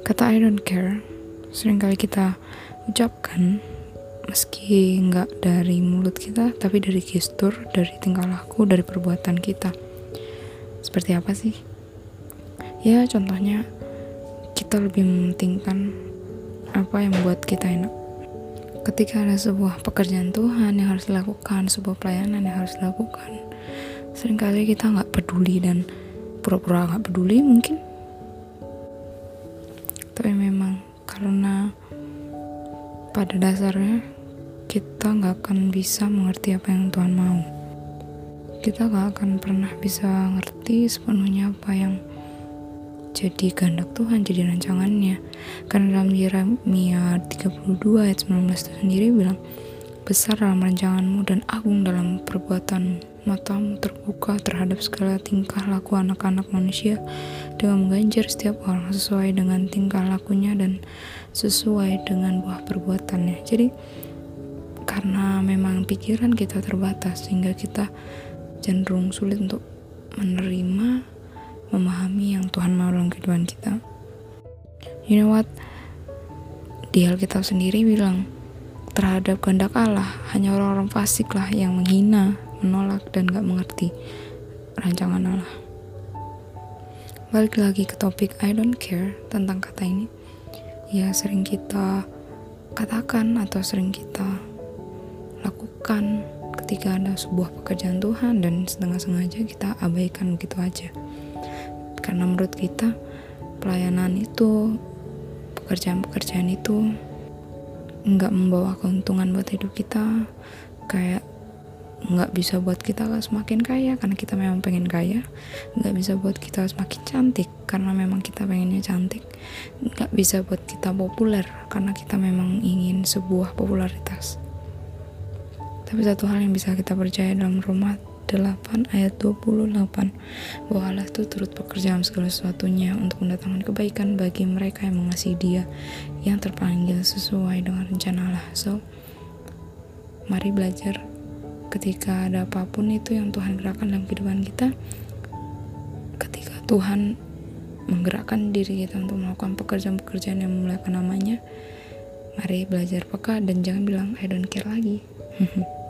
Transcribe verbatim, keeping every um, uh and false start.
Kata I don't care seringkali kita ucapkan meski nggak dari mulut kita, tapi dari gestur, dari tingkah laku, dari perbuatan kita. Seperti apa sih? Ya contohnya kita lebih mementingkan apa yang buat kita enak. Ketika ada sebuah pekerjaan Tuhan yang harus dilakukan, sebuah pelayanan yang harus dilakukan, seringkali kita nggak peduli dan pura-pura nggak peduli mungkin. Tapi memang karena pada dasarnya kita gak akan bisa mengerti apa yang Tuhan mau. Kita gak akan pernah bisa ngerti sepenuhnya apa yang jadi kehendak Tuhan, jadi rancangannya. Karena dalam Yeremia tiga puluh dua ayat sembilan belas itu sendiri bilang, besar dalam rancanganmu dan agung dalam perbuatanmu. Matamu terbuka terhadap segala tingkah laku anak-anak manusia dengan mengganjar setiap orang sesuai dengan tingkah lakunya dan sesuai dengan buah perbuatannya. Jadi karena memang pikiran kita terbatas sehingga kita cenderung sulit untuk menerima, memahami yang Tuhan mau dalam kehidupan kita. You know what? Di Alkitab sendiri bilang terhadap kehendak Allah hanya orang-orang fasik lah yang menghina, menolak dan gak mengerti rancangan Allah. Balik lagi ke topik I don't care tentang kata ini. Ya sering kita katakan atau sering kita lakukan ketika ada sebuah pekerjaan Tuhan dan setengah sengaja kita abaikan begitu aja. Karena menurut kita pelayanan itu, pekerjaan-pekerjaan itu nggak membawa keuntungan buat hidup kita, kayak nggak bisa buat kita semakin kaya karena kita memang pengen kaya, nggak bisa buat kita semakin cantik karena memang kita pengennya cantik, nggak bisa buat kita populer karena kita memang ingin sebuah popularitas. Tapi satu hal yang bisa kita percaya dalam Roma delapan ayat dua puluh delapan, bahwa Allah itu turut bekerja dalam segala sesuatunya untuk mendatangkan kebaikan bagi mereka yang mengasihi Dia, yang terpanggil sesuai dengan rencana Allah. So, mari belajar ketika ada apapun itu yang Tuhan gerakkan dalam kehidupan kita, ketika Tuhan menggerakkan diri kita untuk melakukan pekerjaan-pekerjaan yang memuliakan namanya, mari belajar peka dan jangan bilang I don't care lagi.